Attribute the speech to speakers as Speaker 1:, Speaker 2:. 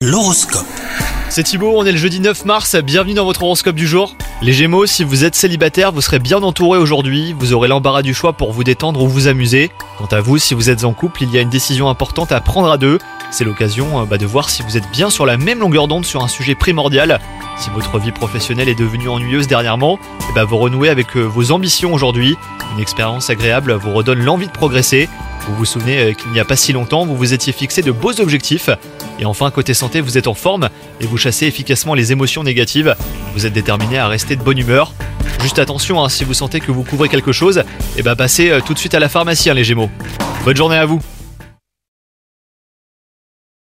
Speaker 1: L'horoscope.
Speaker 2: C'est Thibaut, on est le jeudi 9 mars, bienvenue dans votre horoscope du jour. Les Gémeaux, si vous êtes célibataire, vous serez bien entouré aujourd'hui, vous aurez l'embarras du choix pour vous détendre ou vous amuser. Quant à vous, si vous êtes en couple, il y a une décision importante à prendre à deux. C'est l'occasion de voir si vous êtes bien sur la même longueur d'onde sur un sujet primordial. Si votre vie professionnelle est devenue ennuyeuse dernièrement, vous renouez avec vos ambitions aujourd'hui. Une expérience agréable vous redonne l'envie de progresser. Vous vous souvenez qu'il n'y a pas si longtemps, vous vous étiez fixé de beaux objectifs. Et enfin, côté santé, vous êtes en forme et vous chassez efficacement les émotions négatives. Vous êtes déterminé à rester de bonne humeur. Juste attention, si vous sentez que vous couvrez quelque chose, passez tout de suite à la pharmacie les Gémeaux. Bonne journée à vous.